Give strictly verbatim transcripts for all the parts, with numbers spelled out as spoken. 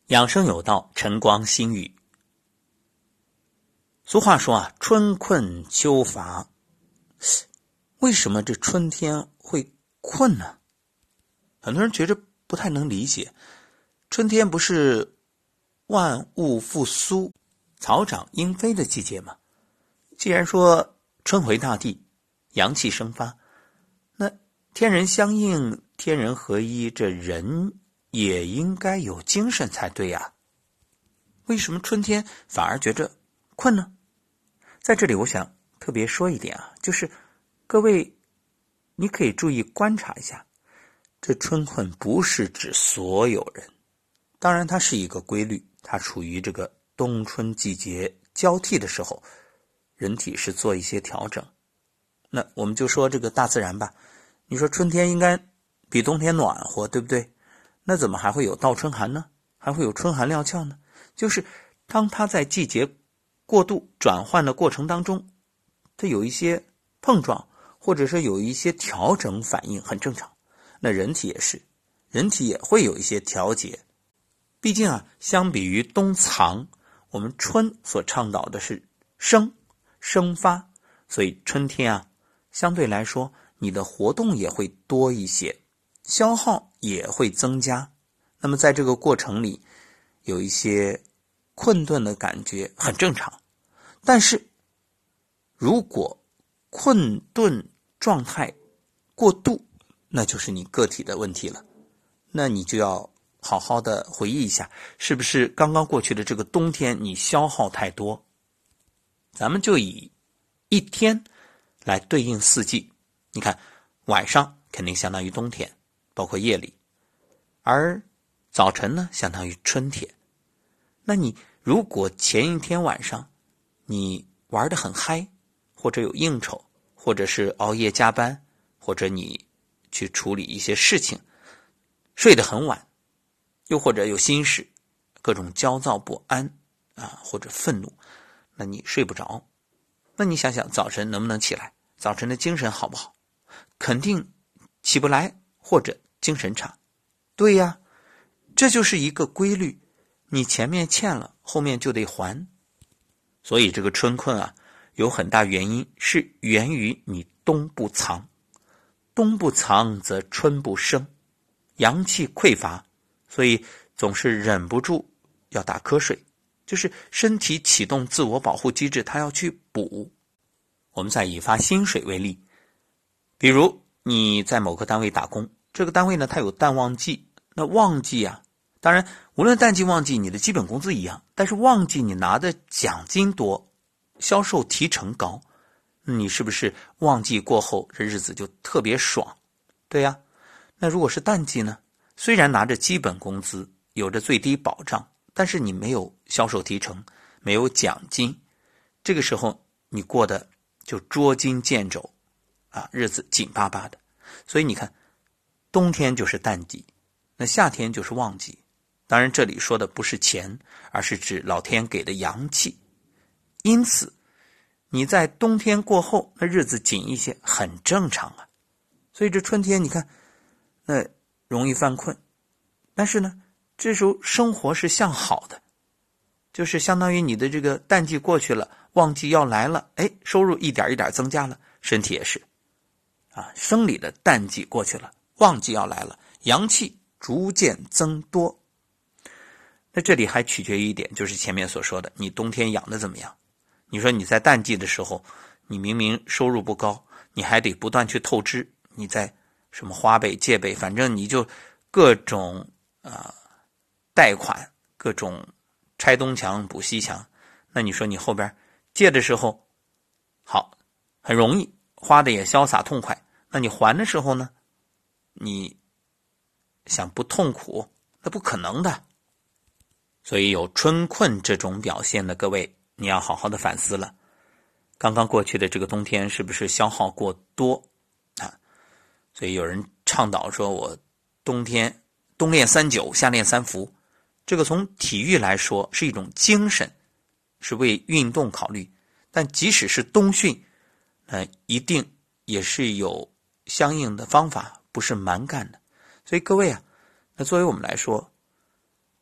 养生有道，晨光新语。俗话说啊，春困秋乏。为什么这春天会困呢？很多人觉着不太能理解。春天不是万物复苏、草长莺飞的季节吗？既然说春回大地，阳气生发，那天人相应，天人合一，这人也应该有精神才对呀。为什么春天反而觉着困呢？在这里我想特别说一点啊，就是各位你可以注意观察一下，这春困不是指所有人，当然它是一个规律，它处于这个冬春季节交替的时候，人体是做一些调整。那我们就说这个大自然吧，你说春天应该比冬天暖和，对不对？那怎么还会有倒春寒呢？还会有春寒料峭呢？就是当它在季节过渡转换的过程当中，它有一些碰撞，或者是有一些调整反应，很正常。那人体也是，人体也会有一些调节。毕竟啊，相比于冬藏，我们春所倡导的是生生发，所以春天啊，相对来说你的活动也会多一些，消耗也会增加。那么在这个过程里有一些困顿的感觉，很正常。但是如果困顿状态过度，那就是你个体的问题了。那你就要好好的回忆一下，是不是刚刚过去的这个冬天你消耗太多。咱们就以一天来对应四季，你看晚上肯定相当于冬天，包括夜里，而早晨呢相当于春天。那你如果前一天晚上你玩得很嗨，或者有应酬，或者是熬夜加班，或者你去处理一些事情，睡得很晚，又或者有心事，各种焦躁不安啊，或者愤怒，那你睡不着。那你想想早晨能不能起来？早晨的精神好不好？肯定起不来，或者精神差。对呀，这就是一个规律，你前面欠了，后面就得还。所以这个春困啊，有很大原因是源于你冬不藏。冬不藏则春不生，阳气匮乏，所以总是忍不住要打瞌睡，就是身体启动自我保护机制，它要去补。我们再以发薪水为例，比如你在某个单位打工，这个单位呢它有淡旺季，那旺季啊，当然无论淡季旺季你的基本工资一样，但是旺季你拿的奖金多，销售提成高，你是不是旺季过后这日子就特别爽？对呀。那如果是淡季呢，虽然拿着基本工资，有着最低保障，但是你没有销售提成，没有奖金，这个时候你过得就捉襟见肘啊，日子紧巴巴的。所以你看，冬天就是淡季，那夏天就是旺季。当然这里说的不是钱，而是指老天给的阳气。因此你在冬天过后，那日子紧一些很正常啊。所以这春天你看，那容易犯困，但是呢这时候生活是向好的，就是相当于你的这个淡季过去了，旺季要来了，哎，收入一点一点增加了，身体也是啊，生理的淡季过去了，旺季要来了，阳气逐渐增多。那这里还取决于一点，就是前面所说的，你冬天养的怎么样？你说你在淡季的时候，你明明收入不高，你还得不断去透支，你在什么花呗借呗，反正你就各种啊、呃、贷款，各种拆东墙补西墙。那你说你后边借的时候好，很容易，花的也潇洒痛快，那你还的时候呢，你想不痛苦那不可能的。所以有春困这种表现的各位，你要好好的反思了。刚刚过去的这个冬天是不是消耗过多啊？所以有人倡导说，我冬天冬练三九，夏练三伏，这个从体育来说是一种精神，是为运动考虑。但即使是冬训，呃，一定也是有相应的方法，不是蛮干的。所以各位啊，那作为我们来说，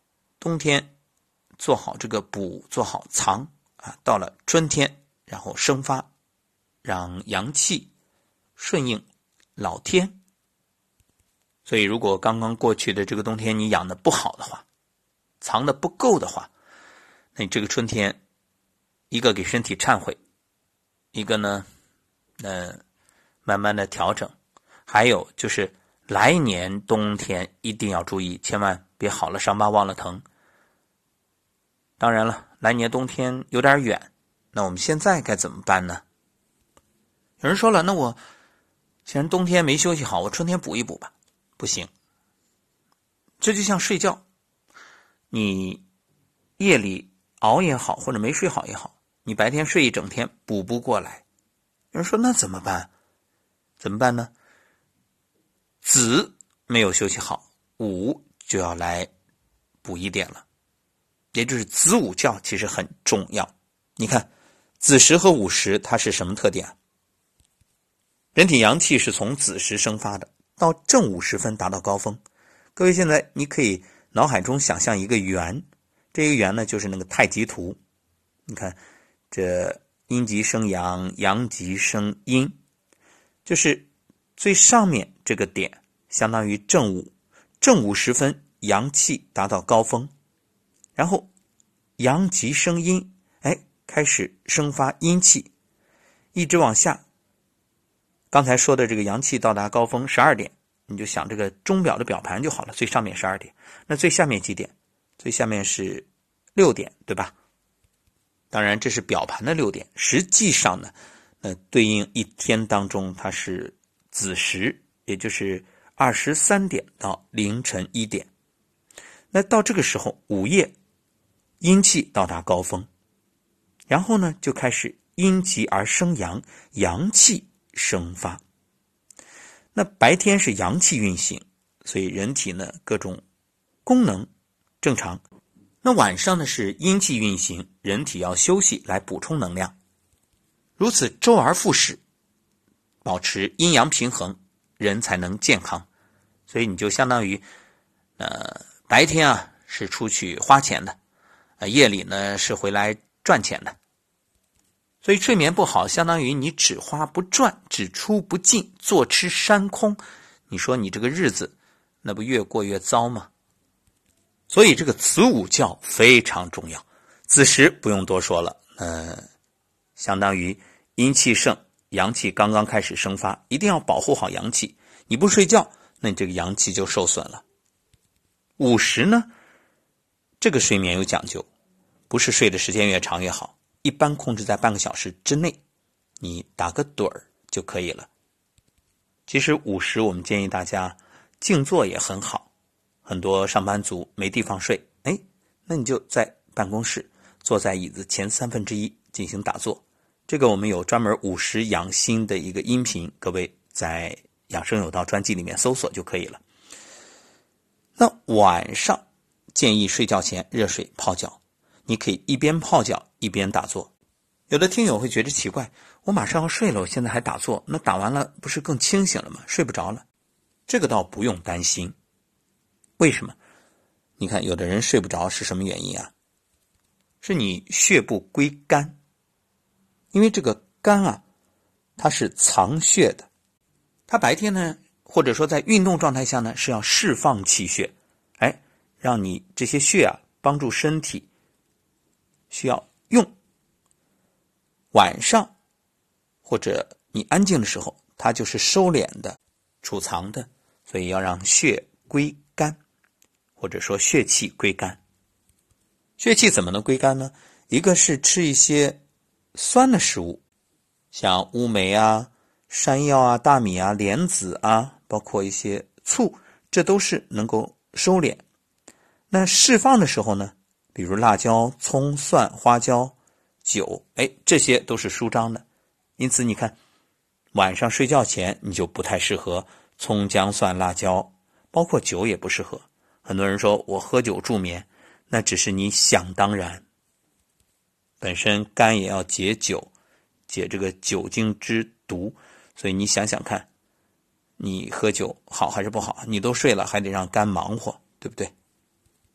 冬天做好这个补，做好藏啊，到了春天然后生发，让阳气顺应老天。所以如果刚刚过去的这个冬天你养的不好的话，藏的不够的话，那你这个春天一个给身体忏悔，一个呢呃慢慢的调整，还有就是来年冬天一定要注意，千万别好了伤疤忘了疼。当然了，来年冬天有点远，那我们现在该怎么办呢？有人说了，那我既然冬天没休息好，我春天补一补吧。不行，这就像睡觉，你夜里熬也好，或者没睡好也好，你白天睡一整天补不过来。有人说那怎么办？怎么办呢？子没有休息好，午就要来补一点了，也就是子午觉其实很重要。你看子时和午时它是什么特点？人体阳气是从子时生发的，到正午时分达到高峰。各位现在你可以脑海中想象一个圆，这个圆呢就是那个太极图。你看这阴极生阳，阳极生阴，就是最上面这个点相当于正午，正午时分阳气达到高峰，然后阳极生阴，哎，开始生发阴气，一直往下。刚才说的这个阳气到达高峰十二点，你就想这个钟表的表盘就好了，最上面十二点，那最下面几点？最下面是六点，对吧？当然这是表盘的六点，实际上呢，呃，对应一天当中它是子时，也就是二十三点到凌晨一点。那到这个时候，午夜阴气到达高峰，然后呢就开始阴极而生阳，阳气生发。那白天是阳气运行，所以人体呢各种功能正常。那晚上呢是阴气运行，人体要休息来补充能量。如此周而复始，保持阴阳平衡，人才能健康。所以你就相当于呃白天啊是出去花钱的，呃夜里呢是回来赚钱的。所以睡眠不好，相当于你只花不赚，只出不进，坐吃山空。你说你这个日子那不越过越糟吗？所以这个子午觉非常重要。子时不用多说了，呃，相当于阴气盛，阳气刚刚开始生发，一定要保护好阳气。你不睡觉，那你这个阳气就受损了。午时呢，这个睡眠有讲究，不是睡的时间越长越好，一般控制在半个小时之内，你打个盹儿就可以了。其实午时我们建议大家静坐也很好，很多上班族没地方睡，哎，那你就在办公室坐在椅子前三分之一进行打坐。这个我们有专门午时养心的一个音频，各位在养生有道专辑里面搜索就可以了。那晚上建议睡觉前热水泡脚，你可以一边泡脚一边打坐。有的听友会觉得奇怪，我马上要睡了，我现在还打坐，那打完了不是更清醒了吗？睡不着了。这个倒不用担心。为什么？你看有的人睡不着是什么原因啊？是你血不归肝。因为这个肝啊，它是藏血的，它白天呢或者说在运动状态下呢是要释放气血，哎，让你这些血啊帮助身体需要用。晚上或者你安静的时候，它就是收敛的、储藏的，所以要让血归肝，或者说血气归肝。血气怎么能归肝呢？一个是吃一些酸的食物，像乌梅啊、山药啊、大米啊、莲子啊，包括一些醋，这都是能够收敛。那释放的时候呢，比如辣椒、葱、蒜、花椒、酒，哎，这些都是舒张的。因此你看晚上睡觉前你就不太适合葱姜蒜辣椒，包括酒也不适合。很多人说我喝酒助眠，那只是你想当然。本身肝也要解酒，解这个酒精之毒，所以你想想看，你喝酒好还是不好？你都睡了还得让肝忙活，对不对？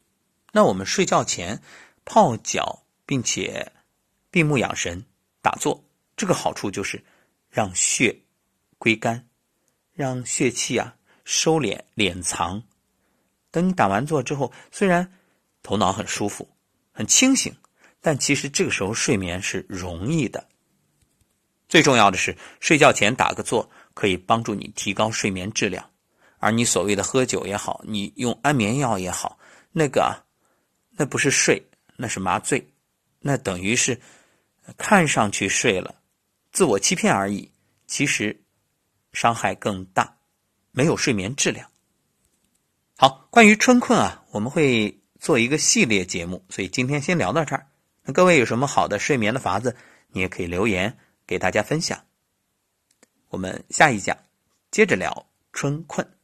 那我们睡觉前泡脚，并且闭目养神打坐，这个好处就是让血归肝，让血气啊收敛敛藏。等你打完坐之后，虽然头脑很舒服很清醒，但其实这个时候睡眠是容易的。最重要的是睡觉前打个坐可以帮助你提高睡眠质量，而你所谓的喝酒也好，你用安眠药也好，那个啊那不是睡，那是麻醉，那等于是看上去睡了，自我欺骗而已，其实伤害更大，没有睡眠质量。好，关于春困啊，我们会做一个系列节目，所以今天先聊到这儿。那各位有什么好的睡眠的法子，你也可以留言给大家分享。我们下一讲接着聊春困。